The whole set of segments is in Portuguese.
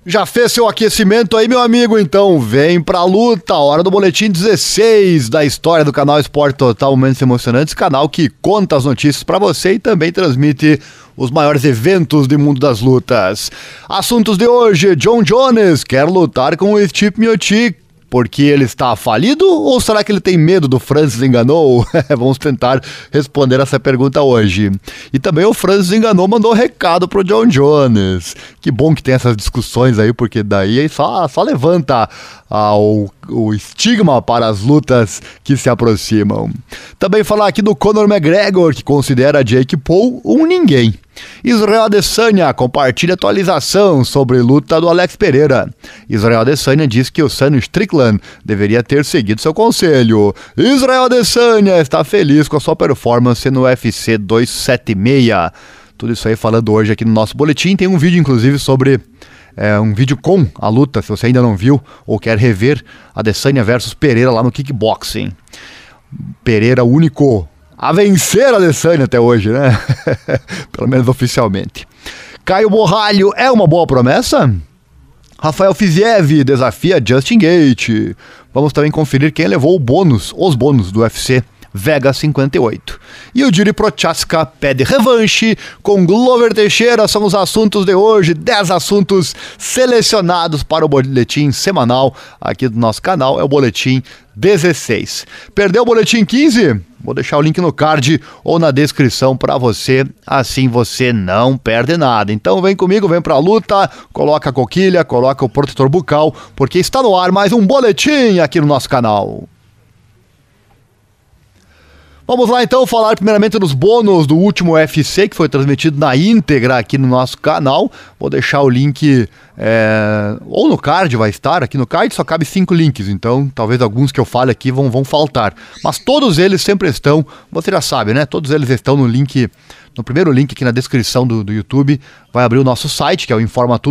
Já fez seu aquecimento aí, meu amigo? Então vem pra luta, hora do boletim 16 da história do canal Esporte Total Momentos Emocionantes, canal que conta as notícias pra você e também transmite os maiores eventos do mundo das lutas. Assuntos de hoje: Jon Jones quer lutar com o Stipe Miocic porque ele está falido ou será que ele tem medo do Francis Ngannou? Vamos tentar responder essa pergunta hoje. E também o Francis Ngannou mandou recado pro Jon Jones. Que bom que tem essas discussões aí, porque daí só levanta o estigma para as lutas que se aproximam. Também falar aqui do Conor McGregor, que considera Jake Paul um ninguém. Israel Adesanya compartilha atualização sobre luta do Alex Pereira. Israel Adesanya diz que o Sean Strickland deveria ter seguido seu conselho. Israel Adesanya está feliz com a sua performance no UFC 276. Tudo isso aí falando hoje aqui no nosso boletim. Tem um vídeo inclusive sobre... um vídeo com a luta, se você ainda não viu ou quer rever, Adesanya versus Pereira lá no kickboxing. Pereira único a vencer a Adesanya até hoje, né? Pelo menos oficialmente. Caio Borralho é uma boa promessa? Rafael Fiziev desafia Justin Gaethje. Vamos também conferir quem levou os bônus do UFC Vegas 58. E o Jiri Prochazka pede revanche com Glover Teixeira. São os assuntos de hoje, 10 assuntos selecionados para o boletim semanal aqui do nosso canal. É o boletim 16. Perdeu o boletim 15? Vou deixar o link no card ou na descrição para você, assim você não perde nada. Então vem comigo, vem pra luta, coloca a coquilha, coloca o protetor bucal, porque está no ar mais um boletim aqui no nosso canal. Vamos lá então falar primeiramente dos bônus do último UFC, que foi transmitido na íntegra aqui no nosso canal. Vou deixar o link, ou no card vai estar, aqui no card só cabe 5 links, então talvez alguns que eu fale aqui vão faltar. Mas todos eles sempre estão, você já sabe, né? Todos eles estão no link, no primeiro link aqui na descrição do YouTube. Vai abrir o nosso site, que é o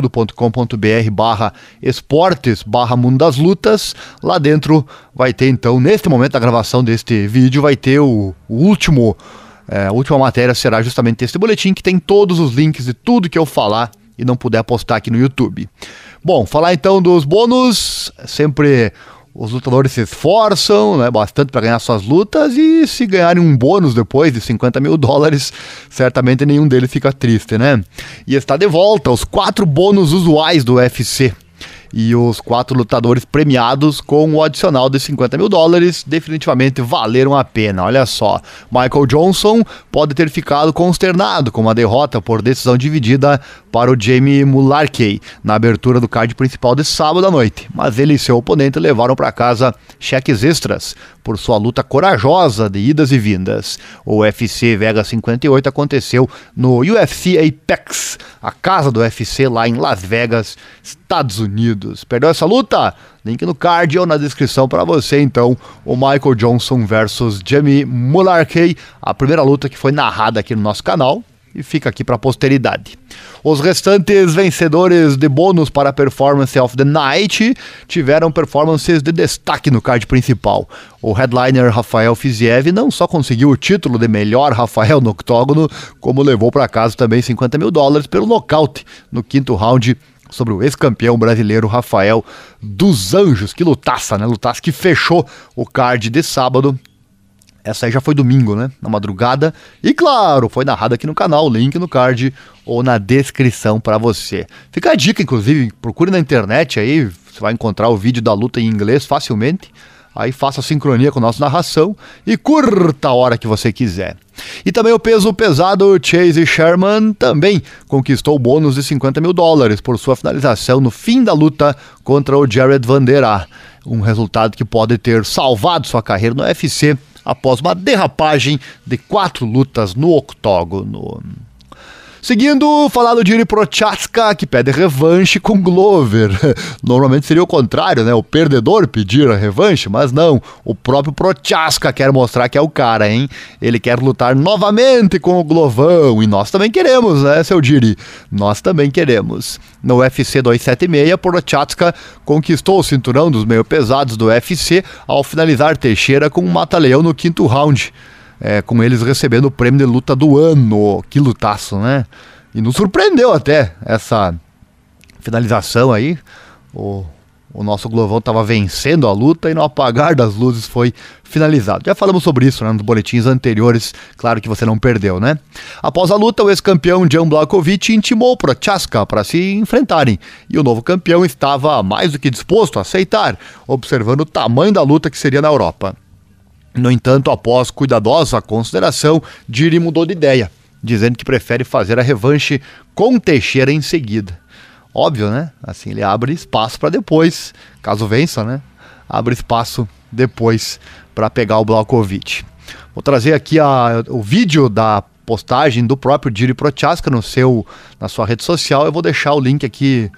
informatudo.com.br/esportes/mundo das lutas. Lá dentro vai ter então, neste momento da gravação deste vídeo, vai ter a última matéria será justamente este boletim, que tem todos os links de tudo que eu falar e não puder postar aqui no YouTube. Bom, falar então dos bônus, sempre... Os lutadores se esforçam, né, bastante para ganhar suas lutas, e se ganharem um bônus depois de $50 mil, certamente nenhum deles fica triste, né? E está de volta os 4 bônus usuais do UFC. E os 4 lutadores premiados com o adicional de $50 mil definitivamente valeram a pena. Olha só, Michael Johnson pode ter ficado consternado com uma derrota por decisão dividida para o Jamie Mullarkey na abertura do card principal de sábado à noite, mas ele e seu oponente levaram para casa cheques extras por sua luta corajosa de idas e vindas. O UFC Vegas 58 aconteceu no UFC Apex, a casa do UFC lá em Las Vegas, Estados Unidos. Perdeu essa luta? Link no card ou na descrição para você, então, o Michael Johnson versus Jamie Mullarkey, a primeira luta que foi narrada aqui no nosso canal e fica aqui para a posteridade. Os restantes vencedores de bônus para a Performance of the Night tiveram performances de destaque no card principal. O headliner Rafael Fiziev não só conseguiu o título de melhor Rafael no octógono, como levou para casa também $50 mil pelo nocaute no 5º round sobre o ex-campeão brasileiro Rafael dos Anjos. Que lutaça, né? Lutaça que fechou o card de sábado. Essa aí já foi domingo, né? Na madrugada. E claro, foi narrado aqui no canal, link no card ou na descrição para você. Fica a dica, inclusive, procure na internet aí, você vai encontrar o vídeo da luta em inglês facilmente. Aí faça sincronia com a nossa narração e curta a hora que você quiser. E também o peso pesado Chase Sherman também conquistou o bônus de $50 mil por sua finalização no fim da luta contra o Jared Vanderaa. Um resultado que pode ter salvado sua carreira no UFC após uma derrapagem de 4 lutas no octógono. Seguindo, falar do Jiri Prochazka, que pede revanche com Glover. Normalmente seria o contrário, né? O perdedor pedir a revanche, mas não. O próprio Prochazka quer mostrar que é o cara, hein? Ele quer lutar novamente com o Glovão. E nós também queremos, né, seu Jiri? Nós também queremos. No UFC 276, Prochazka conquistou o cinturão dos meio pesados do UFC ao finalizar Teixeira com um mata-leão no 5º round. Com eles recebendo o prêmio de luta do ano. Que lutaço, né? E nos surpreendeu até essa finalização aí, o nosso Glovão estava vencendo a luta e no apagar das luzes foi finalizado. Já falamos sobre isso, né, nos boletins anteriores, claro que você não perdeu, né? Após a luta, o ex-campeão Jan Blachowicz intimou Prochazka para se enfrentarem e o novo campeão estava mais do que disposto a aceitar, observando o tamanho da luta que seria na Europa. No entanto, após cuidadosa consideração, Jiri mudou de ideia, dizendo que prefere fazer a revanche com Teixeira em seguida. Óbvio, né? Assim ele abre espaço para depois, caso vença, né? Abre espaço depois para pegar o Blachowicz. Vou trazer aqui o vídeo da postagem do próprio Jiri Prochazka na sua rede social. Eu vou deixar o link aqui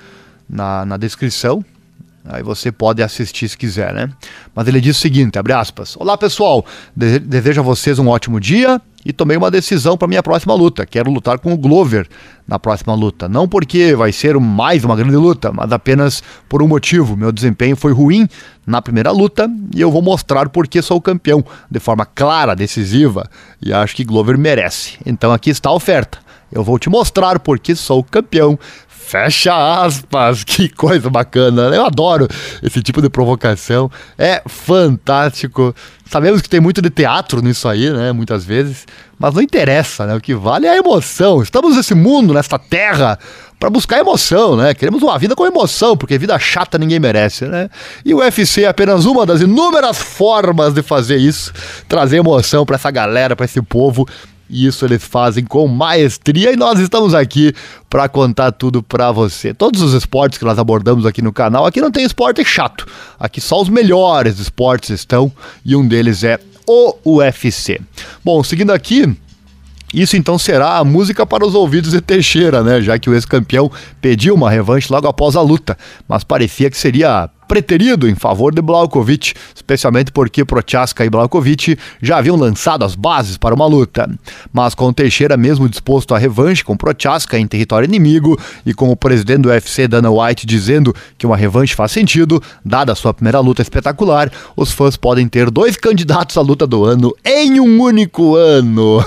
na descrição. Aí você pode assistir se quiser, né? Mas ele diz o seguinte, abre aspas. Olá, pessoal. Desejo a vocês um ótimo dia e tomei uma decisão para minha próxima luta. Quero lutar com o Glover na próxima luta. Não porque vai ser mais uma grande luta, mas apenas por um motivo. Meu desempenho foi ruim na primeira luta e eu vou mostrar por que sou campeão de forma clara, decisiva. E acho que Glover merece. Então aqui está a oferta. Eu vou te mostrar por que sou campeão. Fecha aspas, que coisa bacana, eu adoro esse tipo de provocação, é fantástico. Sabemos que tem muito de teatro nisso aí, né, muitas vezes, mas não interessa, né, o que vale é a emoção. Estamos nesse mundo, nesta terra, para buscar emoção, né, queremos uma vida com emoção, porque vida chata ninguém merece, né, e o UFC é apenas uma das inúmeras formas de fazer isso, trazer emoção para essa galera, para esse povo. E isso eles fazem com maestria e nós estamos aqui para contar tudo para você. Todos os esportes que nós abordamos aqui no canal, aqui não tem esporte chato. Aqui só os melhores esportes estão e um deles é o UFC. Bom, seguindo aqui, isso então será a música para os ouvidos de Teixeira, né? Já que o ex-campeão pediu uma revanche logo após a luta, mas parecia que seria preterido em favor de Blachowicz, especialmente porque Prochazka e Blachowicz já haviam lançado as bases para uma luta. Mas com Teixeira mesmo disposto à revanche com Prochazka em território inimigo e com o presidente do UFC, Dana White, dizendo que uma revanche faz sentido, dada a sua primeira luta espetacular, os fãs podem ter 2 candidatos à luta do ano em um único ano.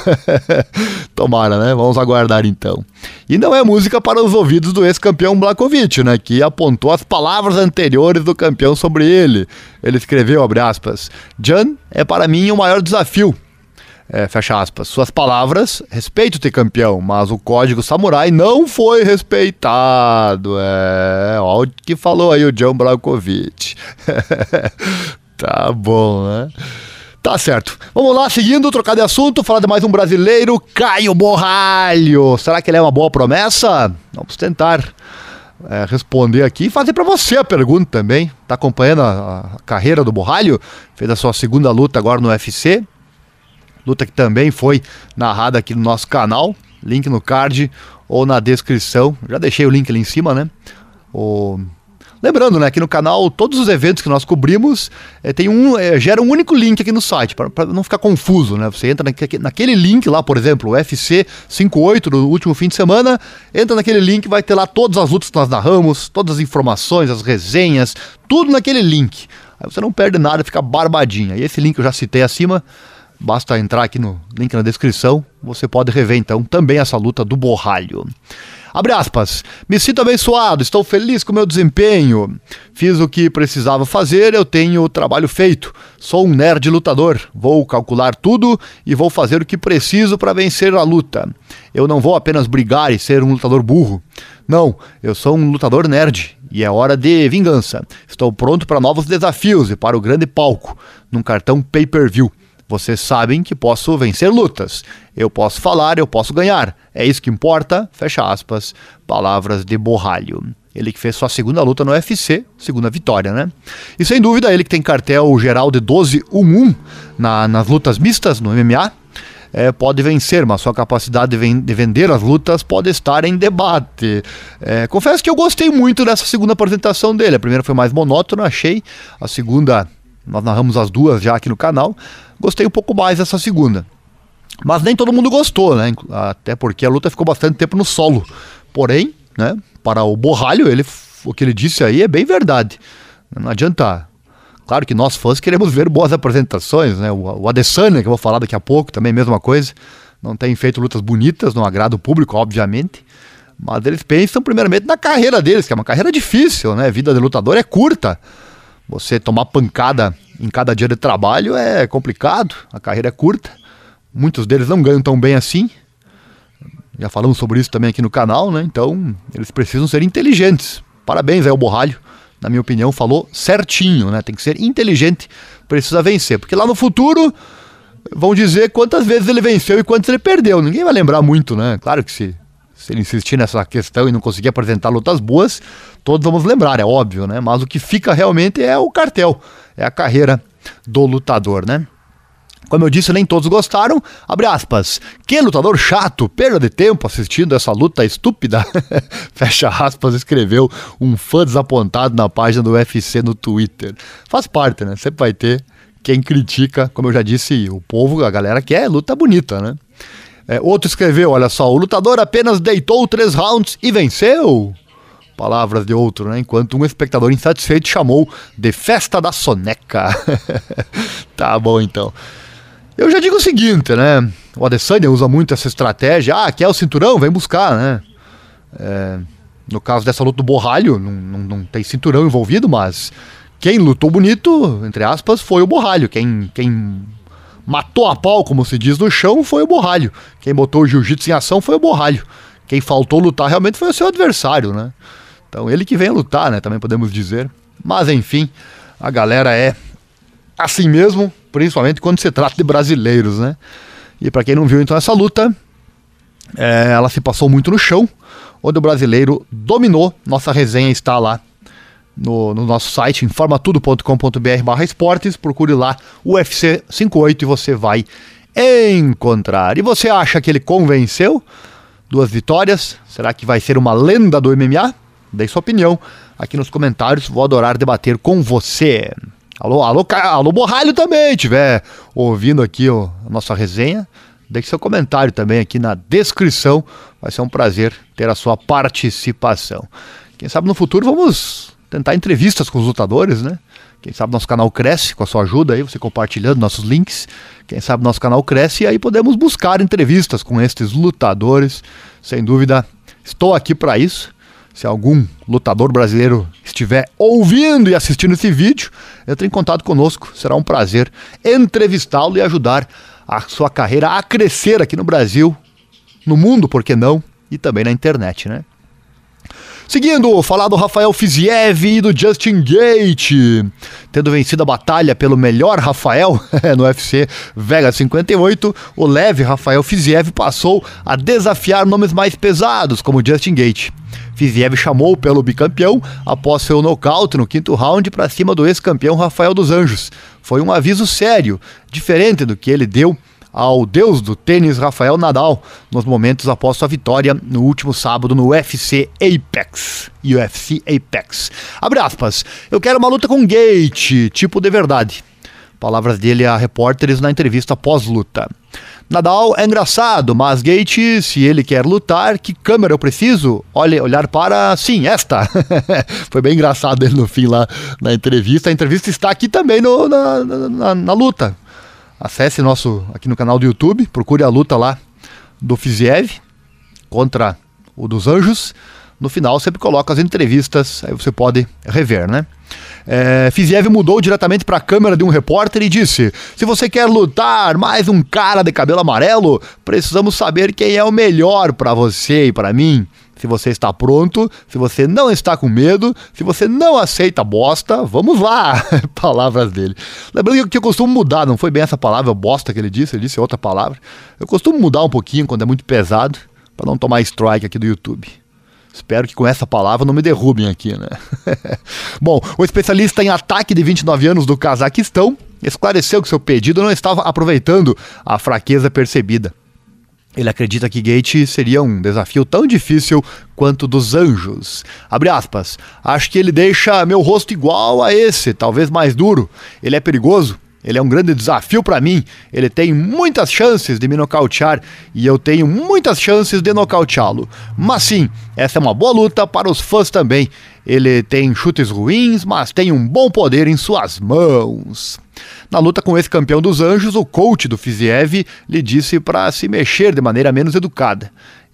Tomara, né? Vamos aguardar então. E não é música para os ouvidos do ex-campeão Blachowicz, né? Que apontou as palavras anteriores do campeão sobre ele. Ele escreveu, abre aspas, Jan é para mim o maior desafio. Fecha aspas. Suas palavras, respeito-te campeão, mas o código samurai não foi respeitado. Olha o que falou aí o Jan Blachowicz. Tá bom, né? Tá certo. Vamos lá, seguindo, trocar de assunto, falar de mais um brasileiro, Caio Borralho. Será que ele é uma boa promessa? Vamos tentar responder aqui e fazer para você a pergunta também. Tá acompanhando a carreira do Borralho? Fez a sua segunda luta agora no UFC. Luta que também foi narrada aqui no nosso canal. Link no card ou na descrição. Já deixei o link ali em cima, né? Lembrando, né, aqui no canal, todos os eventos que nós cobrimos gera um único link aqui no site, para não ficar confuso, né? Você entra naquele link lá, por exemplo, o UFC 58 do último fim de semana, entra naquele link, vai ter lá todas as lutas que nós narramos, todas as informações, as resenhas, tudo naquele link. Aí você não perde nada, fica barbadinha. E esse link eu já citei acima, basta entrar aqui no link na descrição, você pode rever então também essa luta do Borralho. Abre aspas, me sinto abençoado, estou feliz com o meu desempenho, fiz o que precisava fazer, eu tenho o trabalho feito, sou um nerd lutador, vou calcular tudo e vou fazer o que preciso para vencer a luta. Eu não vou apenas brigar e ser um lutador burro, não, eu sou um lutador nerd e é hora de vingança. Estou pronto para novos desafios e para o grande palco, num cartão pay-per-view. Vocês sabem que posso vencer lutas. Eu posso falar, eu posso ganhar. É isso que importa, fecha aspas, palavras de Borralho. Ele que fez sua segunda luta no UFC, segunda vitória, né? E sem dúvida, ele que tem cartel geral de 12-1-1 nas lutas mistas no MMA, pode vencer, mas sua capacidade de vender as lutas pode estar em debate. Confesso que eu gostei muito dessa segunda apresentação dele. A primeira foi mais monótona, achei. A segunda, nós narramos as duas já aqui no canal. Gostei um pouco mais dessa segunda. Mas nem todo mundo gostou, né? Até porque a luta ficou bastante tempo no solo. Porém, né, para o Borralho, o que ele disse aí é bem verdade. Não adianta. Claro que nós fãs queremos ver boas apresentações, né? O Adesanya, que eu vou falar daqui a pouco, também a mesma coisa. Não tem feito lutas bonitas, não agrada o público, obviamente. Mas eles pensam primeiramente na carreira deles, que é uma carreira difícil, né? A vida de lutador é curta. Você tomar pancada em cada dia de trabalho é complicado, a carreira é curta. Muitos deles não ganham tão bem assim. Já falamos sobre isso também aqui no canal, né? Então, eles precisam ser inteligentes. Parabéns aí ao Borralho, na minha opinião, falou certinho, né? Tem que ser inteligente, precisa vencer. Porque lá no futuro vão dizer quantas vezes ele venceu e quantas ele perdeu. Ninguém vai lembrar muito, né? Claro que se ele insistir nessa questão e não conseguir apresentar lutas boas, todos vamos lembrar, é óbvio, né? Mas o que fica realmente é o cartel, é a carreira do lutador, né? Como eu disse, nem todos gostaram. Abre aspas. Que lutador chato, perda de tempo assistindo essa luta estúpida. Fecha aspas, escreveu um fã desapontado na página do UFC no Twitter. Faz parte, né? Sempre vai ter quem critica, como eu já disse, o povo, a galera quer luta bonita, né? Outro escreveu, olha só, o lutador apenas deitou 3 rounds e venceu. Palavras de outro, né? Enquanto um espectador insatisfeito chamou de festa da soneca. Tá bom, então. Eu já digo o seguinte, né? O Adesanya usa muito essa estratégia. Ah, quer o cinturão? Vem buscar, né? No caso dessa luta do Borralho, não tem cinturão envolvido, mas quem lutou bonito, entre aspas, foi o Borralho. Quem matou a pau, como se diz, no chão foi o Borralho. Quem botou o jiu-jitsu em ação foi o Borralho. Quem faltou lutar realmente foi o seu adversário, né? Então ele que vem lutar, né? Também podemos dizer. Mas enfim, a galera é assim mesmo, principalmente quando se trata de brasileiros, né? E pra quem não viu então essa luta, ela se passou muito no chão, onde o brasileiro dominou. Nossa resenha está lá no nosso site, informatudo.com.br/esportes. Procure lá o UFC 58 e você vai encontrar. E você acha que ele convenceu? 2 vitórias, será que vai ser uma lenda do MMA? Dê sua opinião aqui nos comentários, vou adorar debater com você. Alô Borralho também, tiver ouvindo aqui a nossa resenha, deixe seu comentário também aqui na descrição, vai ser um prazer ter a sua participação. Quem sabe no futuro vamos tentar entrevistas com os lutadores, né? Quem sabe nosso canal cresce com a sua ajuda aí, você compartilhando nossos links. Quem sabe nosso canal cresce e aí podemos buscar entrevistas com estes lutadores. Sem dúvida, estou aqui para isso. Se algum lutador brasileiro estiver ouvindo e assistindo esse vídeo, entre em contato conosco. Será um prazer entrevistá-lo e ajudar a sua carreira a crescer aqui no Brasil, no mundo, por que não? E também na internet, né? Seguindo, falar do Rafael Fiziev e do Justin Gaethje. Tendo vencido a batalha pelo melhor Rafael no UFC Vegas 58, o leve Rafael Fiziev passou a desafiar nomes mais pesados, como Justin Gaethje. Fiziev chamou pelo bicampeão após seu nocaute no 5º round para cima do ex-campeão Rafael dos Anjos. Foi um aviso sério, diferente do que ele deu ao deus do tênis Rafael Nadal nos momentos após sua vitória no último sábado no UFC Apex. Abre aspas. Eu quero uma luta com Gaethje, tipo de verdade. Palavras dele a repórteres na entrevista pós-luta. Nadal é engraçado, mas Gaethje, se ele quer lutar, que câmera eu preciso? Olhar para, sim, esta. Foi bem engraçado ele no fim lá na entrevista. A entrevista está aqui também na luta. Acesse aqui no canal do YouTube, procure a luta lá do Fiziev contra o dos Anjos. No final sempre coloca as entrevistas, aí você pode rever, né? Fiziev mudou diretamente para a câmera de um repórter e disse: se você quer lutar mais um cara de cabelo amarelo, precisamos saber quem é o melhor para você e para mim. Se você está pronto, se você não está com medo, se você não aceita bosta, vamos lá! Palavras dele. Lembrando que eu costumo mudar, não foi bem essa palavra bosta que ele disse outra palavra. Eu costumo mudar um pouquinho quando é muito pesado, para não tomar strike aqui do YouTube. Espero que com essa palavra não me derrubem aqui, né? Bom, o especialista em ataque de 29 anos do Cazaquistão esclareceu que seu pedido não estava aproveitando a fraqueza percebida. Ele acredita que Gaethje seria um desafio tão difícil quanto dos Anjos. Abre aspas. Acho que ele deixa meu rosto igual a esse, talvez mais duro. Ele é perigoso. Ele é um grande desafio para mim. Ele tem muitas chances de me nocautear e eu tenho muitas chances de nocauteá-lo. Mas sim, essa é uma boa luta para os fãs também. Ele tem chutes ruins, mas tem um bom poder em suas mãos. Na luta com esse campeão dos Anjos, o coach do Fiziev lhe disse para se mexer de maneira menos educada.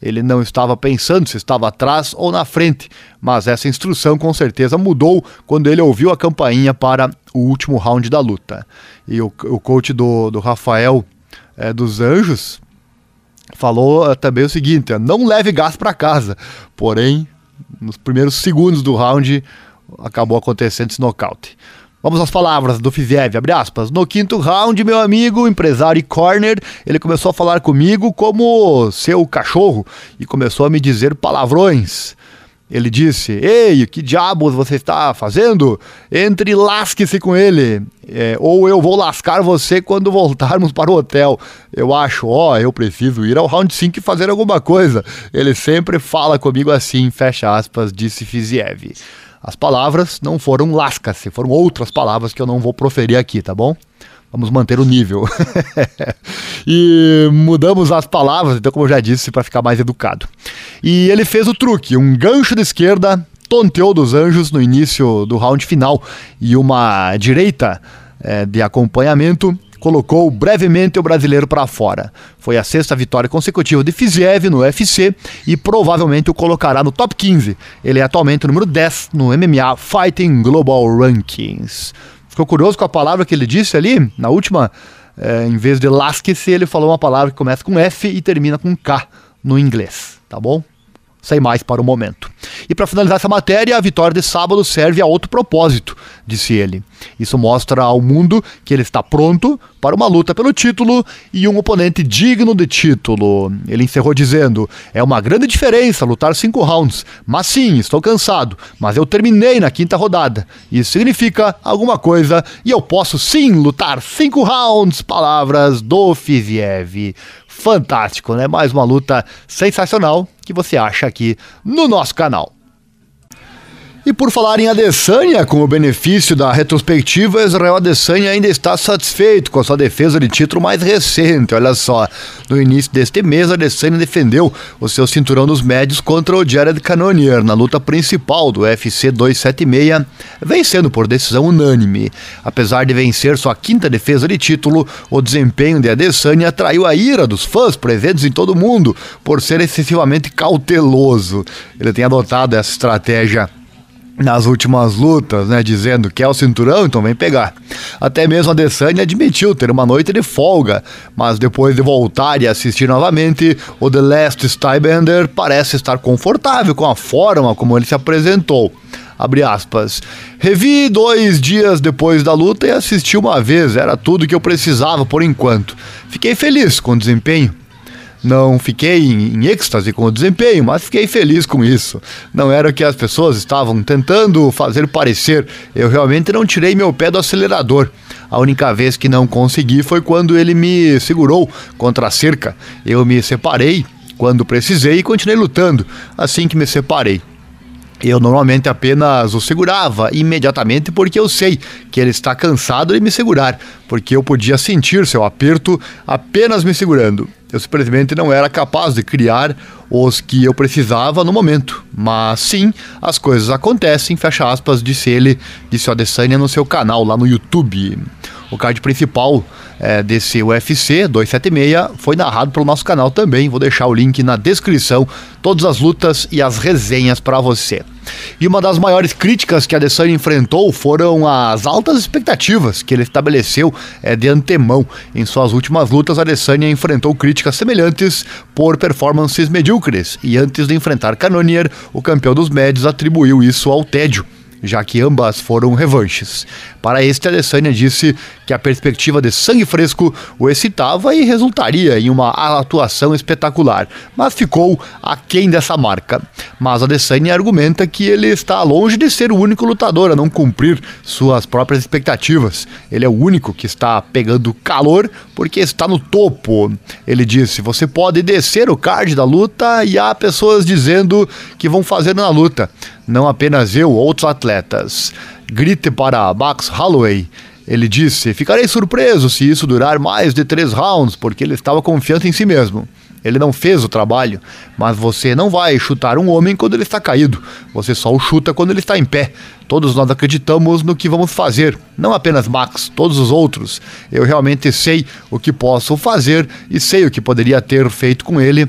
Ele não estava pensando se estava atrás ou na frente, mas essa instrução com certeza mudou quando ele ouviu a campainha para o último round da luta. E o coach do Rafael dos Anjos falou também o seguinte: não leve gás para casa. Porém, nos primeiros segundos do round, acabou acontecendo esse nocaute. Vamos às palavras do Fiziev, abre aspas. No quinto round, meu amigo, empresário e corner, ele começou a falar comigo como seu cachorro e começou a me dizer palavrões. Ele disse: ei, que diabos você está fazendo? Entre e lasque-se com ele, ou eu vou lascar você quando voltarmos para o hotel. Eu acho, eu preciso ir ao round 5 e fazer alguma coisa. Ele sempre fala comigo assim, fecha aspas, disse Fiziev. As palavras não foram lasca-se, foram outras palavras que eu não vou proferir aqui, tá bom? Vamos manter o nível. E mudamos as palavras, então, como eu já disse, para ficar mais educado. E ele fez o truque, um gancho de esquerda, tonteou dos Anjos no início do round final e uma direita de acompanhamento colocou brevemente o brasileiro para fora. Foi a 6ª vitória consecutiva de Fiziev no UFC e provavelmente o colocará no top 15. Ele é atualmente o número 10 no MMA Fighting Global Rankings. Ficou curioso com a palavra que ele disse ali? Na última, em vez de lasque-se, ele falou uma palavra que começa com F e termina com K no inglês, tá bom? Sem mais para o momento. E para finalizar essa matéria, a vitória de sábado serve a outro propósito, disse ele. Isso mostra ao mundo que ele está pronto para uma luta pelo título e um oponente digno de título. Ele encerrou dizendo: é uma grande diferença lutar 5 rounds, mas sim, estou cansado, mas eu terminei na 5ª rodada. Isso significa alguma coisa e eu posso sim lutar 5 rounds, palavras do Fiziev. Fantástico, né? Mais uma luta sensacional que você acha aqui no nosso canal. E por falar em Adesanya, com o benefício da retrospectiva, Israel Adesanya ainda está satisfeito com a sua defesa de título mais recente. Olha só, no início deste mês, Adesanya defendeu o seu cinturão dos médios contra o Jared Cannonier na luta principal do UFC 276, vencendo por decisão unânime. Apesar de vencer sua 5ª defesa de título, o desempenho de Adesanya atraiu a ira dos fãs presentes em todo o mundo por ser excessivamente cauteloso. Ele tem adotado essa estratégia nas últimas lutas, né, dizendo que é o cinturão, então vem pegar. Até mesmo a Adesanya admitiu ter uma noite de folga, mas depois de voltar e assistir novamente, o The Last Stylebender parece estar confortável com a forma como ele se apresentou. Abre aspas. Revi 2 dias depois da luta e assisti uma vez, era tudo que eu precisava por enquanto. Fiquei feliz com o desempenho. Não fiquei em êxtase com o desempenho, mas fiquei feliz com isso. Não era o que as pessoas estavam tentando fazer parecer. Eu realmente não tirei meu pé do acelerador. A única vez que não consegui foi quando ele me segurou contra a cerca. Eu me separei quando precisei e continuei lutando assim que me separei. Eu normalmente apenas o segurava imediatamente porque eu sei que ele está cansado de me segurar, porque eu podia sentir seu aperto apenas me segurando. Eu simplesmente não era capaz de criar os que eu precisava no momento. Mas sim, as coisas acontecem, fecha aspas, disse o Adesanya no seu canal lá no YouTube. O card principal desse UFC 276 foi narrado pelo nosso canal também. Vou deixar o link na descrição, todas as lutas e as resenhas para você. E uma das maiores críticas que a Adesanya enfrentou foram as altas expectativas que ele estabeleceu de antemão. Em suas últimas lutas, a Adesanya enfrentou críticas semelhantes por performances medíocres. E antes de enfrentar Cannonier, o campeão dos médios atribuiu isso ao tédio, já que ambas foram revanches. Para este, Adesanya disse que a perspectiva de sangue fresco o excitava e resultaria em uma atuação espetacular, mas ficou aquém dessa marca. Mas Adesanya argumenta que ele está longe de ser o único lutador a não cumprir suas próprias expectativas. Ele é o único que está pegando calor porque está no topo. Ele disse: você pode descer o card da luta e há pessoas dizendo que vão fazer na luta. Não apenas eu, outros atletas. Grite para Max Holloway. Ele disse: ficarei surpreso se isso durar mais de 3 rounds, porque ele estava confiante em si mesmo. Ele não fez o trabalho, mas você não vai chutar um homem quando ele está caído. Você só o chuta quando ele está em pé. Todos nós acreditamos no que vamos fazer. Não apenas Max, todos os outros. Eu realmente sei o que posso fazer e sei o que poderia ter feito com ele.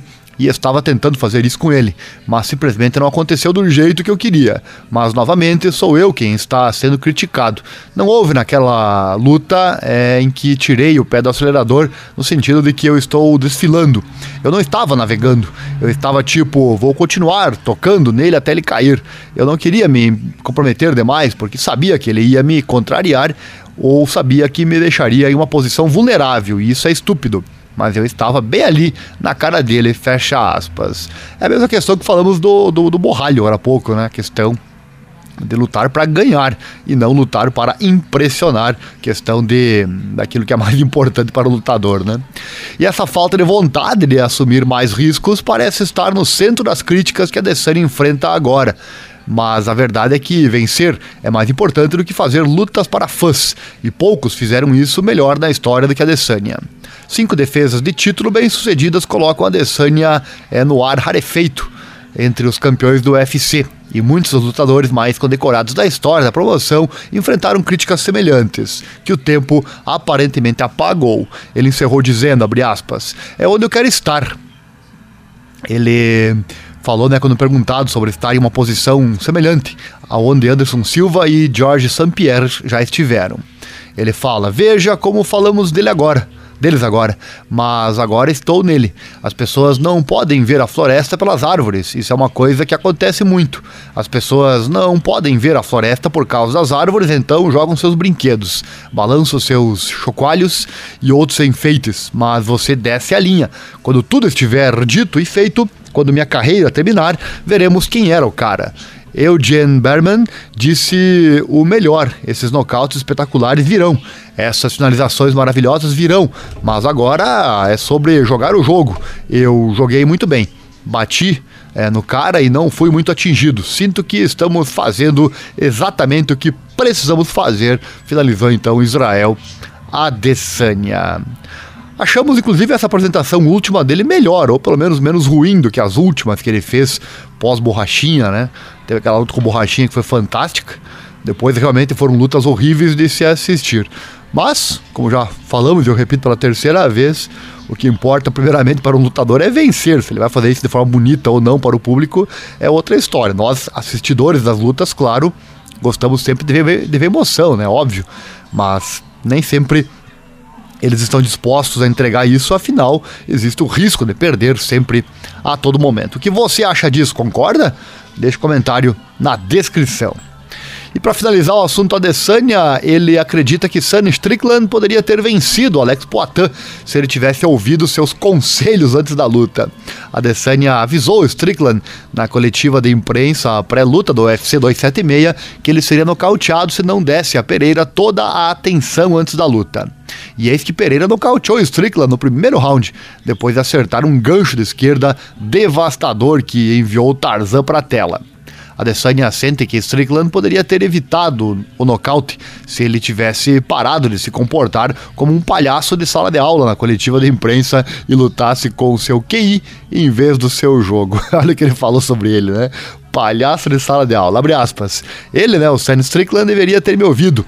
e estava tentando fazer isso com ele, mas simplesmente não aconteceu do jeito que eu queria. Mas novamente sou eu quem está sendo criticado. Não houve naquela luta em que tirei o pé do acelerador, no sentido de que eu estou desfilando. Eu não estava navegando, eu estava tipo, vou continuar tocando nele até ele cair. Eu não queria me comprometer demais, porque sabia que ele ia me contrariar, ou sabia que me deixaria em uma posição vulnerável, e isso é estúpido. Mas eu estava bem ali, na cara dele, fecha aspas. É a mesma questão que falamos do Borralho agora há pouco, né? A questão de lutar para ganhar e não lutar para impressionar, questão daquilo que é mais importante para o lutador, né? E essa falta de vontade de assumir mais riscos parece estar no centro das críticas que a Adesanya enfrenta agora. Mas a verdade é que vencer é mais importante do que fazer lutas para fãs, e poucos fizeram isso melhor na história do que a Adesanya. 5 defesas de título bem-sucedidas colocam a Adesanya no ar rarefeito entre os campeões do UFC, e muitos dos lutadores mais condecorados da história da promoção enfrentaram críticas semelhantes, que o tempo aparentemente apagou. Ele encerrou dizendo, abre aspas, é onde eu quero estar. Ele falou, né, quando perguntado sobre estar em uma posição semelhante aonde Anderson Silva e Georges St-Pierre já estiveram. Ele fala, veja como falamos deles agora, mas agora estou nele. As pessoas não podem ver a floresta pelas árvores, isso é uma coisa que acontece muito. As pessoas não podem ver a floresta por causa das árvores, então jogam seus brinquedos, balançam seus chocalhos e outros enfeites, mas você desce a linha. Quando tudo estiver dito e feito, quando minha carreira terminar, veremos quem era o cara. Eugene Berman disse o melhor, esses nocautes espetaculares virão, essas finalizações maravilhosas virão, mas agora é sobre jogar o jogo. Eu joguei muito bem, bati no cara e não fui muito atingido. Sinto que estamos fazendo exatamente o que precisamos fazer, finalizou então Israel Adesanya. Achamos, inclusive, essa apresentação última dele melhor, ou pelo menos menos ruim do que as últimas que ele fez pós-borrachinha, né? Teve aquela luta com borrachinha que foi fantástica. Depois, realmente, foram lutas horríveis de se assistir. Mas, como já falamos e eu repito pela terceira vez, o que importa primeiramente para um lutador é vencer. Se ele vai fazer isso de forma bonita ou não para o público, é outra história. Nós, assistidores das lutas, claro, gostamos sempre de ver emoção, né? Óbvio. Mas nem sempre eles estão dispostos a entregar isso, afinal, existe o risco de perder sempre a todo momento. O que você acha disso? Concorda? Deixe um comentário na descrição. E para finalizar o assunto Adesanya, ele acredita que Sean Strickland poderia ter vencido Alex Poatan se ele tivesse ouvido seus conselhos antes da luta. Adesanya avisou Strickland na coletiva de imprensa pré-luta do UFC 276 que ele seria nocauteado se não desse a Pereira toda a atenção antes da luta. E eis que Pereira nocauteou Strickland no primeiro round, depois de acertar um gancho de esquerda devastador que enviou Tarzan para a tela. Adesanya sente que Strickland poderia ter evitado o nocaute se ele tivesse parado de se comportar como um palhaço de sala de aula na coletiva de imprensa e lutasse com o seu QI em vez do seu jogo. Olha o que ele falou sobre ele, né? Palhaço de sala de aula, abre aspas. Ele, né, o Sean Strickland, deveria ter me ouvido.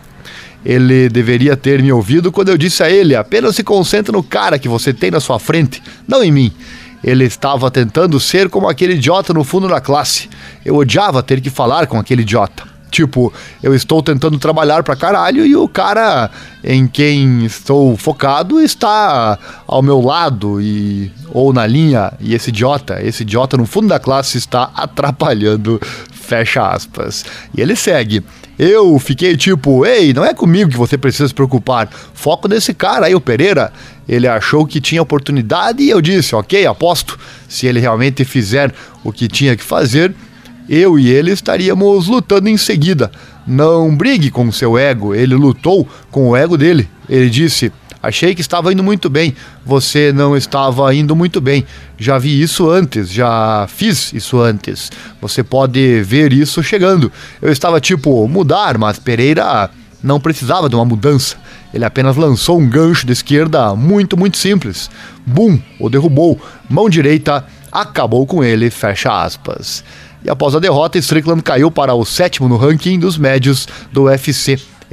Ele deveria ter me ouvido quando eu disse a ele, apenas se concentre no cara que você tem na sua frente, não em mim. Ele estava tentando ser como aquele idiota no fundo da classe. Eu odiava ter que falar com aquele idiota. Tipo, eu estou tentando trabalhar pra caralho e o cara em quem estou focado está ao meu lado ou na linha, e esse idiota no fundo da classe está atrapalhando, fecha aspas. E ele segue. Eu fiquei tipo, ei, não é comigo que você precisa se preocupar, foco nesse cara aí, o Pereira. Ele achou que tinha oportunidade e eu disse, ok, aposto, se ele realmente fizer o que tinha que fazer, eu e ele estaríamos lutando em seguida. Não brigue com seu ego, ele lutou com o ego dele. Ele disse, achei que estava indo muito bem, você não estava indo muito bem. Já vi isso antes, já fiz isso antes. Você pode ver isso chegando. Eu estava tipo, mudar, mas Pereira não precisava de uma mudança. Ele apenas lançou um gancho de esquerda muito, muito simples. Bum, o derrubou. Mão direita, acabou com ele, fecha aspas. E após a derrota, Strickland caiu para o 7º no ranking dos médios do UFC.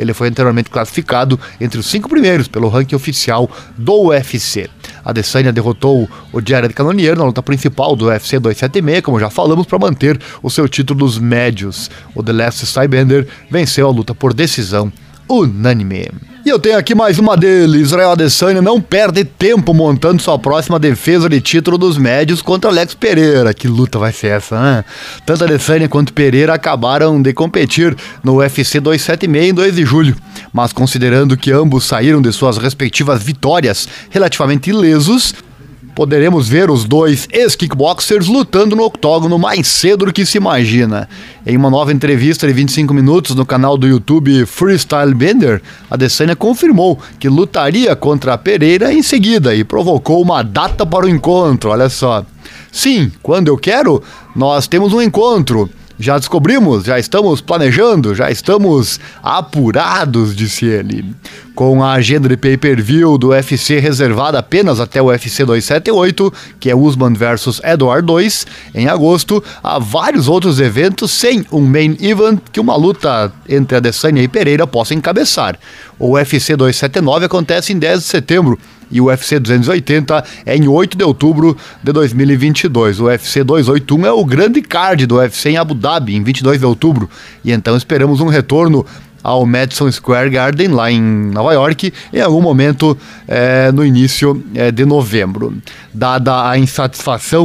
Ele foi anteriormente classificado entre os 5 primeiros pelo ranking oficial do UFC. Adesanya derrotou o Jared Cannonier na luta principal do UFC 276, como já falamos, para manter o seu título dos médios. O The Last Stylebender venceu a luta por decisão unânime. E eu tenho aqui mais uma dele. Israel Adesanya não perde tempo montando sua próxima defesa de título dos médios contra Alex Pereira. Que luta vai ser essa, né? Tanto Adesanya quanto Pereira acabaram de competir no UFC 276 em 2 de julho. Mas considerando que ambos saíram de suas respectivas vitórias relativamente ilesos, poderemos ver os dois ex-kickboxers lutando no octógono mais cedo do que se imagina. Em uma nova entrevista de 25 minutos no canal do YouTube Freestyle Bender, Adesanya confirmou que lutaria contra Pereira em seguida e provocou uma data para o encontro. Olha só. Sim, quando eu quero, nós temos um encontro. Já descobrimos, já estamos planejando, já estamos apurados, disse ele. Com a agenda de pay-per-view do UFC reservada apenas até o UFC 278, que é Usman vs Edward 2, em agosto, há vários outros eventos sem um main event que uma luta entre Adesanya e Pereira possa encabeçar. O UFC 279 acontece em 10 de setembro, e o UFC 280 é em 8 de outubro de 2022. O UFC 281 é o grande card do UFC em Abu Dhabi, em 22 de outubro. E então esperamos um retorno ao Madison Square Garden, lá em Nova York, em algum momento no início de novembro. Dada a insatisfação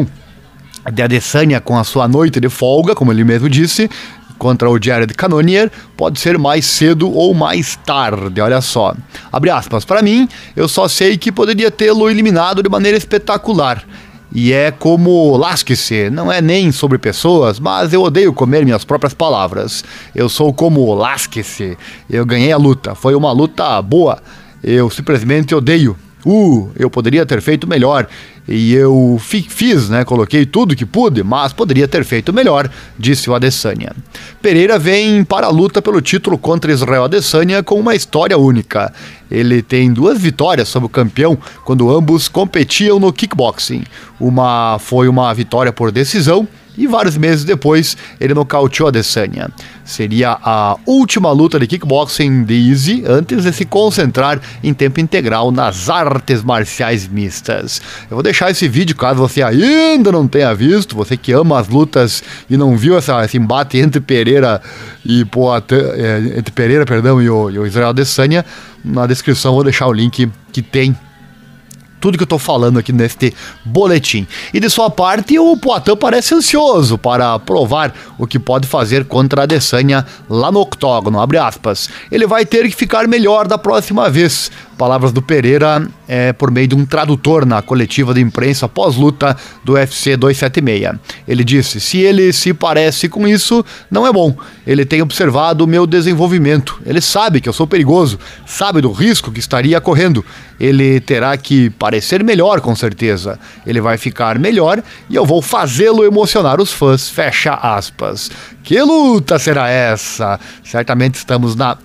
de Adesanya com a sua noite de folga, como ele mesmo disse, contra o Jared Cannonier, pode ser mais cedo ou mais tarde, olha só. Abre aspas, para mim, eu só sei que poderia tê-lo eliminado de maneira espetacular. E é como lasque-se, não é nem sobre pessoas, mas eu odeio comer minhas próprias palavras. Eu sou como lasque-se, eu ganhei a luta, foi uma luta boa, eu simplesmente odeio. Eu poderia ter feito melhor. E eu fiz, né? Coloquei tudo que pude, mas poderia ter feito melhor, disse o Adesanya. Pereira vem para a luta pelo título contra Israel Adesanya com uma história única. Ele tem 2 vitórias sobre o campeão quando ambos competiam no kickboxing. Uma foi uma vitória por decisão e vários meses depois ele nocauteou Adesanya. Seria a última luta de kickboxing de Izzy antes de se concentrar em tempo integral nas artes marciais mistas. Eu vou deixar esse vídeo caso você ainda não tenha visto, você que ama as lutas e não viu esse embate entre Pereira e o Israel Adesanya. Na descrição vou deixar o link que tem tudo que eu tô falando aqui neste boletim. E de sua parte, o Poatan parece ansioso para provar o que pode fazer contra a Adesanya lá no octógono, abre aspas. Ele vai ter que ficar melhor da próxima vez. Palavras do Pereira por meio de um tradutor na coletiva de imprensa pós-luta do UFC 276. Ele disse, se ele se parece com isso, não é bom. Ele tem observado o meu desenvolvimento. Ele sabe que eu sou perigoso, sabe do risco que estaria correndo. Ele terá que parecer melhor, com certeza. Ele vai ficar melhor e eu vou fazê-lo emocionar os fãs, fecha aspas. Que luta será essa? Certamente estamos na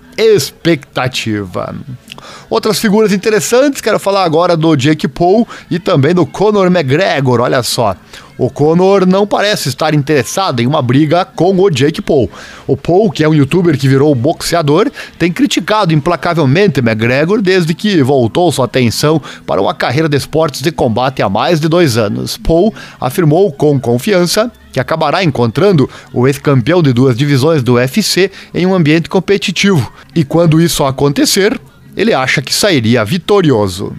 expectativa. Outras figuras interessantes, quero falar agora do Jake Paul e também do Conor McGregor, olha só. O Conor não parece estar interessado em uma briga com o Jake Paul. O Paul, que é um youtuber que virou boxeador, tem criticado implacavelmente McGregor desde que voltou sua atenção para uma carreira de esportes de combate há mais de 2 anos. Paul afirmou com confiança que acabará encontrando o ex-campeão de 2 divisões do UFC em um ambiente competitivo. E quando isso acontecer, ele acha que sairia vitorioso.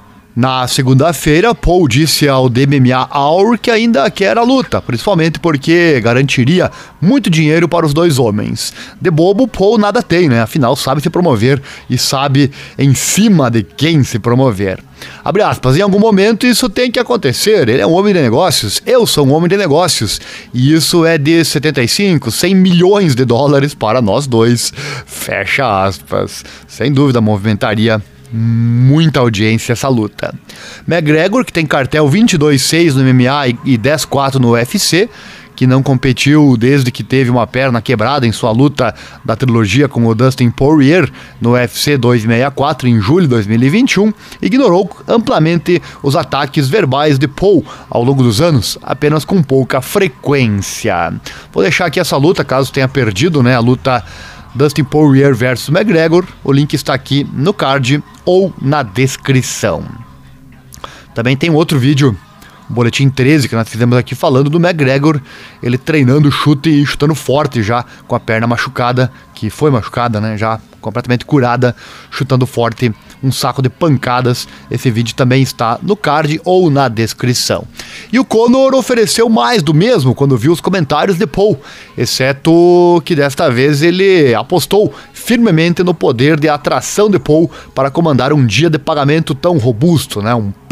Na segunda-feira, Paul disse ao MMA Hour que ainda quer a luta, principalmente porque garantiria muito dinheiro para os 2 homens. De bobo, Paul nada tem, né? Afinal, sabe se promover e sabe em cima de quem se promover. Abre aspas, em algum momento isso tem que acontecer, ele é um homem de negócios, eu sou um homem de negócios, e isso é de 75, 100 milhões de dólares para nós dois, fecha aspas. Sem dúvida movimentaria muita audiência essa luta. McGregor, que tem cartel 22-6 no MMA e 10-4 no UFC, que não competiu desde que teve uma perna quebrada em sua luta da trilogia com o Dustin Poirier no UFC 264 em julho de 2021, ignorou amplamente os ataques verbais de Paul ao longo dos anos, apenas com pouca frequência. Vou deixar aqui essa luta, caso tenha perdido, né, a luta Dustin Poirier versus McGregor. O link está aqui no card ou na descrição. Também tem outro vídeo, o Boletim 13, que nós fizemos aqui falando do McGregor, ele treinando chute e chutando forte já, com a perna machucada, que foi machucada, né, já completamente curada, chutando forte, um saco de pancadas. Esse vídeo também está no card ou na descrição. E o Conor ofereceu mais do mesmo quando viu os comentários de Paul, exceto que desta vez ele apostou firmemente no poder de atração de Paul para comandar um dia de pagamento tão robusto, né? Um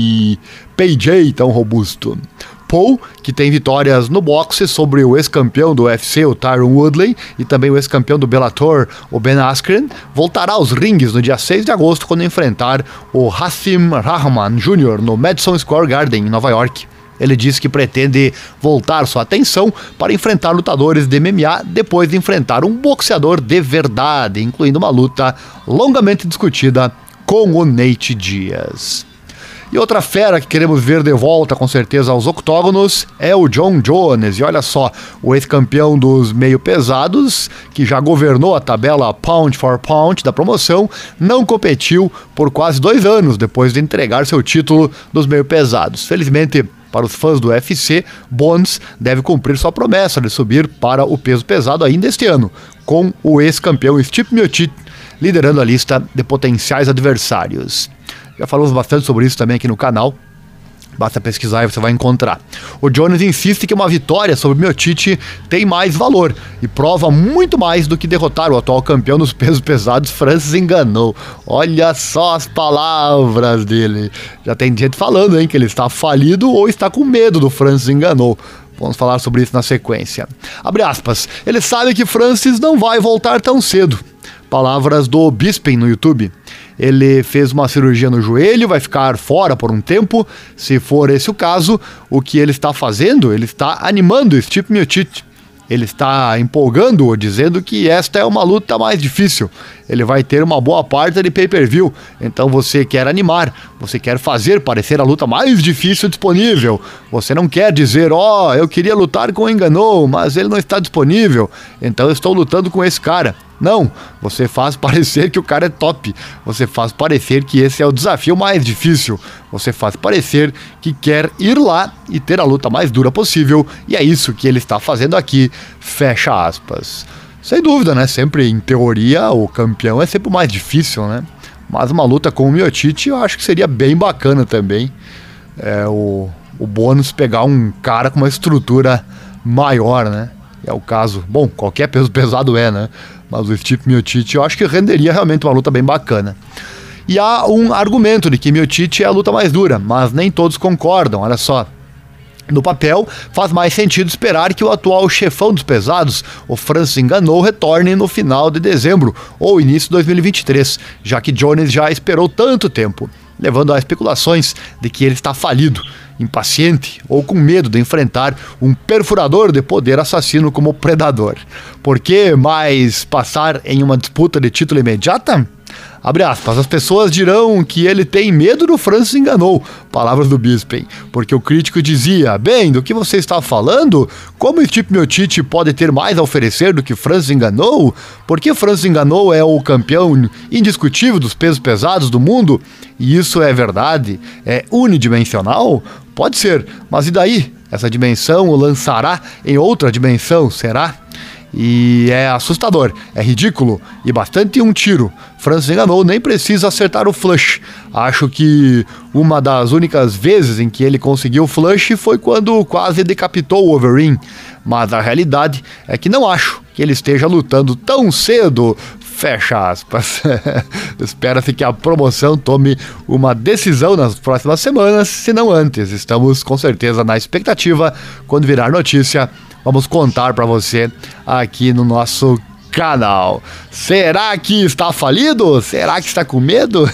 PJ tão robusto. Paul, que tem vitórias no boxe sobre o ex-campeão do UFC, o Tyron Woodley, e também o ex-campeão do Bellator, o Ben Askren, voltará aos ringues no dia 6 de agosto quando enfrentar o Hasim Rahman Jr. no Madison Square Garden, em Nova York. Ele disse que pretende voltar sua atenção para enfrentar lutadores de MMA depois de enfrentar um boxeador de verdade, incluindo uma luta longamente discutida com o Nate Diaz. E outra fera que queremos ver de volta, com certeza, aos octógonos é o Jon Jones. E olha só, o ex-campeão dos meio pesados, que já governou a tabela pound for pound da promoção, não competiu por quase 2 anos depois de entregar seu título dos meio pesados. Felizmente, para os fãs do UFC, Bones deve cumprir sua promessa de subir para o peso pesado ainda este ano, com o ex-campeão Stipe Miocic liderando a lista de potenciais adversários. Já falamos bastante sobre isso também aqui no canal. Basta pesquisar e você vai encontrar. O Jones insiste que uma vitória sobre Miocic tem mais valor e prova muito mais do que derrotar o atual campeão dos pesos pesados, Francis Ngannou. Olha só as palavras dele. Já tem gente falando, hein, que ele está falido ou está com medo do Francis Ngannou. Vamos falar sobre isso na sequência. Abre aspas. Ele sabe que Francis não vai voltar tão cedo. Palavras do Bisping no YouTube. Ele fez uma cirurgia no joelho, vai ficar fora por um tempo. Se for esse o caso, o que ele está fazendo? Ele está animando Stipe Miocic. Ele está empolgando-o, dizendo que esta é uma luta mais difícil. Ele vai ter uma boa parte de pay-per-view. Então você quer animar, você quer fazer parecer a luta mais difícil disponível. Você não quer dizer, eu queria lutar com o Ngannou, mas ele não está disponível, então eu estou lutando com esse cara. Não, você faz parecer que o cara é top. Você faz parecer que esse é o desafio mais difícil. Você faz parecer que quer ir lá e ter a luta mais dura possível. E é isso que ele está fazendo aqui. Fecha aspas. Sem dúvida, né? Sempre, em teoria, o campeão é sempre o mais difícil, né? Mas uma luta com o Miocic eu acho que seria bem bacana também. O bônus pegar um cara com uma estrutura maior, né? É o caso. Bom, qualquer peso pesado né? Mas o Stipe Miocic eu acho que renderia realmente uma luta bem bacana. E há um argumento de que Miocic é a luta mais dura, mas nem todos concordam, olha só. No papel, faz mais sentido esperar que o atual chefão dos pesados, o Francis Ngannou, retorne no final de dezembro ou início de 2023, já que Jones já esperou tanto tempo, levando a especulações de que ele está falido, impaciente ou com medo de enfrentar um perfurador de poder assassino como Predador. Por que mais passar em uma disputa de título imediata? Abre aspas, as pessoas dirão que ele tem medo do Francis Ngannou, palavras do Bisping, porque o crítico dizia, bem, do que você está falando? Como o Stipe Miocic pode ter mais a oferecer do que Francis Ngannou? Porque Francis Ngannou é o campeão indiscutível dos pesos pesados do mundo? E isso é verdade? É unidimensional? Pode ser, mas e daí? Essa dimensão o lançará em outra dimensão, será? E é assustador, é ridículo e bastante um tiro. Francis Ngannou nem precisa acertar o flush. Acho que uma das únicas vezes em que ele conseguiu o flush foi quando quase decapitou o Overeem. Mas a realidade é que não acho que ele esteja lutando tão cedo. Fecha aspas. Espera-se que a promoção tome uma decisão nas próximas semanas, se não antes. Estamos com certeza na expectativa. Quando virar notícia, vamos contar para você aqui no nosso canal. Será que está falido? Será que está com medo?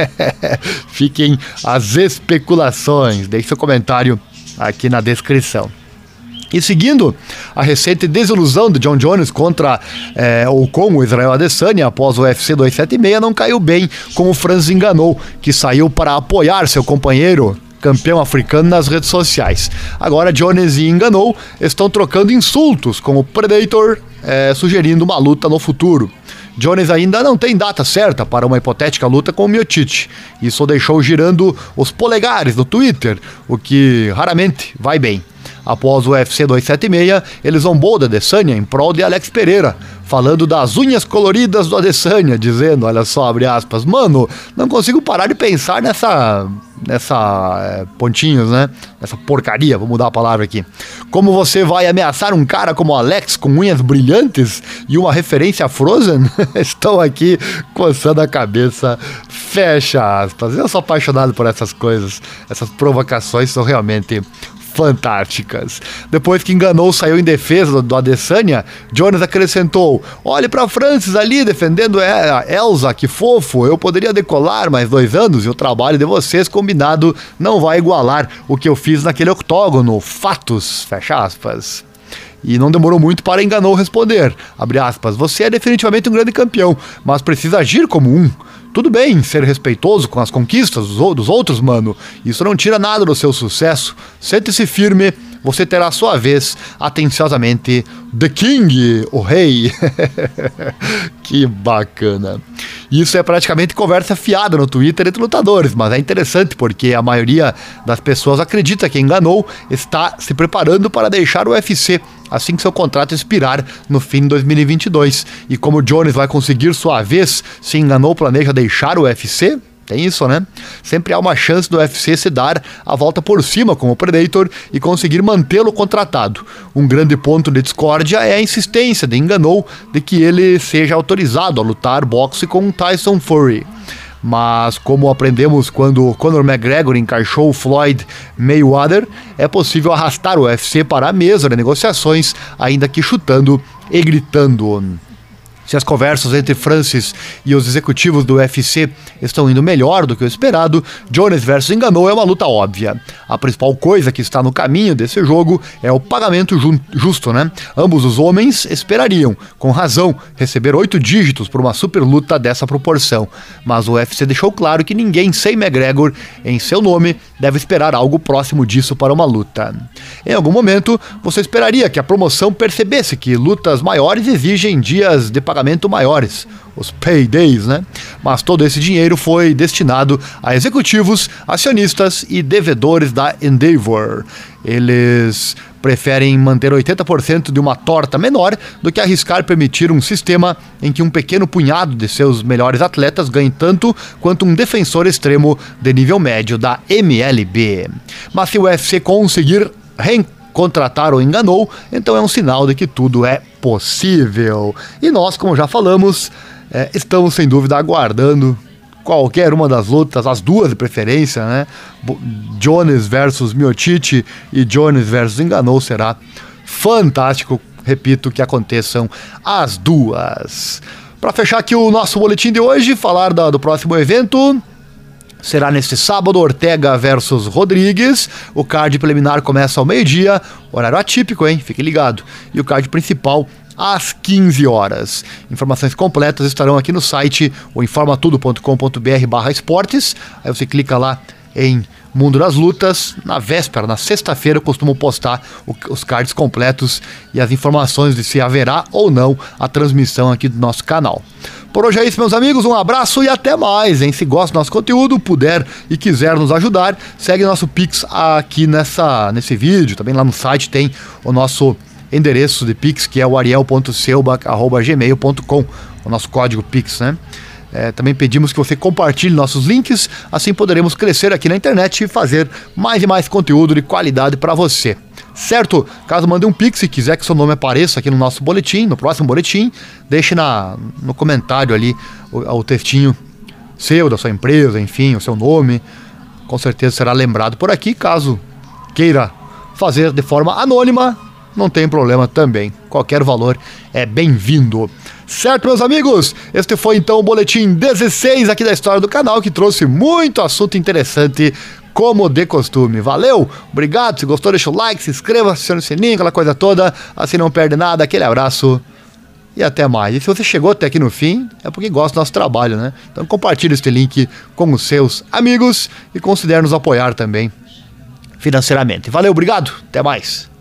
Fiquem as especulações. Deixe seu comentário aqui na descrição. E seguindo a recente desilusão de Jon Jones contra ou com o Israel Adesanya após o UFC 276, não caiu bem com o Francis Ngannou, que saiu para apoiar seu companheiro campeão africano nas redes sociais. Agora Jones e Ngannou estão trocando insultos com o Predator sugerindo uma luta no futuro. Jones ainda não tem data certa para uma hipotética luta com o Miocic. Isso o deixou girando os polegares no Twitter, o que raramente vai bem. Após o UFC 276, ele zombou da Adesanya em prol de Alex Pereira, falando das unhas coloridas do Adesanya, dizendo, olha só, abre aspas, mano, não consigo parar de pensar nessa pontinhos, né? Nessa porcaria, vou mudar a palavra aqui. Como você vai ameaçar um cara como Alex com unhas brilhantes e uma referência a Frozen? Estou aqui coçando a cabeça, fecha aspas. Eu sou apaixonado por essas coisas, essas provocações são realmente fantásticas. Depois que enganou, saiu em defesa do Adesanya, Jones acrescentou, olhe pra Francis ali defendendo a Elsa, que fofo, eu poderia decolar mais 2 anos e o trabalho de vocês combinado não vai igualar o que eu fiz naquele octógono, fatos, fecha aspas. E não demorou muito para Enganou responder, abre aspas, você é definitivamente um grande campeão, mas precisa agir como um. Tudo bem ser respeitoso com as conquistas dos outros, mano. Isso não tira nada do seu sucesso. Sente-se firme, você terá a sua vez. Atenciosamente, The King, o rei. Que bacana. Isso é praticamente conversa fiada no Twitter entre lutadores, mas é interessante porque a maioria das pessoas acredita que Enganou está se preparando para deixar o UFC assim que seu contrato expirar no fim de 2022. E como Jones vai conseguir sua vez se Enganou planeja deixar o UFC? Tem isso, né? Sempre há uma chance do UFC se dar a volta por cima com o Predator e conseguir mantê-lo contratado. Um grande ponto de discórdia é a insistência de Enganou de que ele seja autorizado a lutar boxe com Tyson Fury. Mas, como aprendemos quando Conor McGregor encaixou Floyd Mayweather, é possível arrastar o UFC para a mesa de negociações, ainda que chutando e gritando. Se as conversas entre Francis e os executivos do UFC estão indo melhor do que o esperado, Jones versus Enganou é uma luta óbvia. A principal coisa que está no caminho desse jogo é o pagamento justo, né? Ambos os homens esperariam, com razão, receber 8 dígitos por uma super luta dessa proporção. Mas o UFC deixou claro que ninguém sem McGregor em seu nome deve esperar algo próximo disso para uma luta. Em algum momento, você esperaria que a promoção percebesse que lutas maiores exigem dias de pagamento maiores, os paydays, né? Mas todo esse dinheiro foi destinado a executivos, acionistas e devedores da Endeavor. Eles preferem manter 80% de uma torta menor do que arriscar permitir um sistema em que um pequeno punhado de seus melhores atletas ganhe tanto quanto um defensor extremo de nível médio da MLB. Mas se o UFC conseguir contratar ou Enganou, então é um sinal de que tudo é possível. E nós, como já falamos, estamos sem dúvida aguardando qualquer uma das lutas, as duas de preferência, né? Jones versus Miocic e Jones versus Enganou será fantástico, repito, que aconteçam as duas. Para fechar aqui o nosso boletim de hoje, falar do próximo evento. Será neste sábado, Ortega versus Rodrigues. O card preliminar começa ao meio-dia, horário atípico, hein? Fique ligado. E o card principal às 15 horas. Informações completas estarão aqui no site, o informatudo.com.br/esportes. Aí você clica lá em Mundo das Lutas. Na véspera, na sexta-feira, eu costumo postar os cards completos e as informações de se haverá ou não a transmissão aqui do nosso canal. Por hoje é isso, meus amigos, um abraço e até mais, hein? Se gosta do nosso conteúdo, puder e quiser nos ajudar, segue nosso Pix aqui nesse vídeo. Também lá no site tem o nosso endereço de Pix, que é o ariel.seubach@gmail.com, o nosso código Pix, né? Também pedimos que você compartilhe nossos links, assim poderemos crescer aqui na internet e fazer mais e mais conteúdo de qualidade para você. Certo? Caso mande um Pix e quiser que seu nome apareça aqui no nosso boletim, no próximo boletim, deixe no comentário ali o textinho seu, da sua empresa, enfim, o seu nome. Com certeza será lembrado por aqui. Caso queira fazer de forma anônima, não tem problema também. Qualquer valor é bem-vindo. Certo, meus amigos? Este foi então o boletim 16 aqui da história do canal, que trouxe muito assunto interessante, como de costume. Valeu, obrigado, se gostou deixa o like, se inscreva, acione o sininho, aquela coisa toda, assim não perde nada, aquele abraço e até mais. E se você chegou até aqui no fim, é porque gosta do nosso trabalho, né? Então compartilhe este link com os seus amigos e considere nos apoiar também financeiramente. Valeu, obrigado, até mais.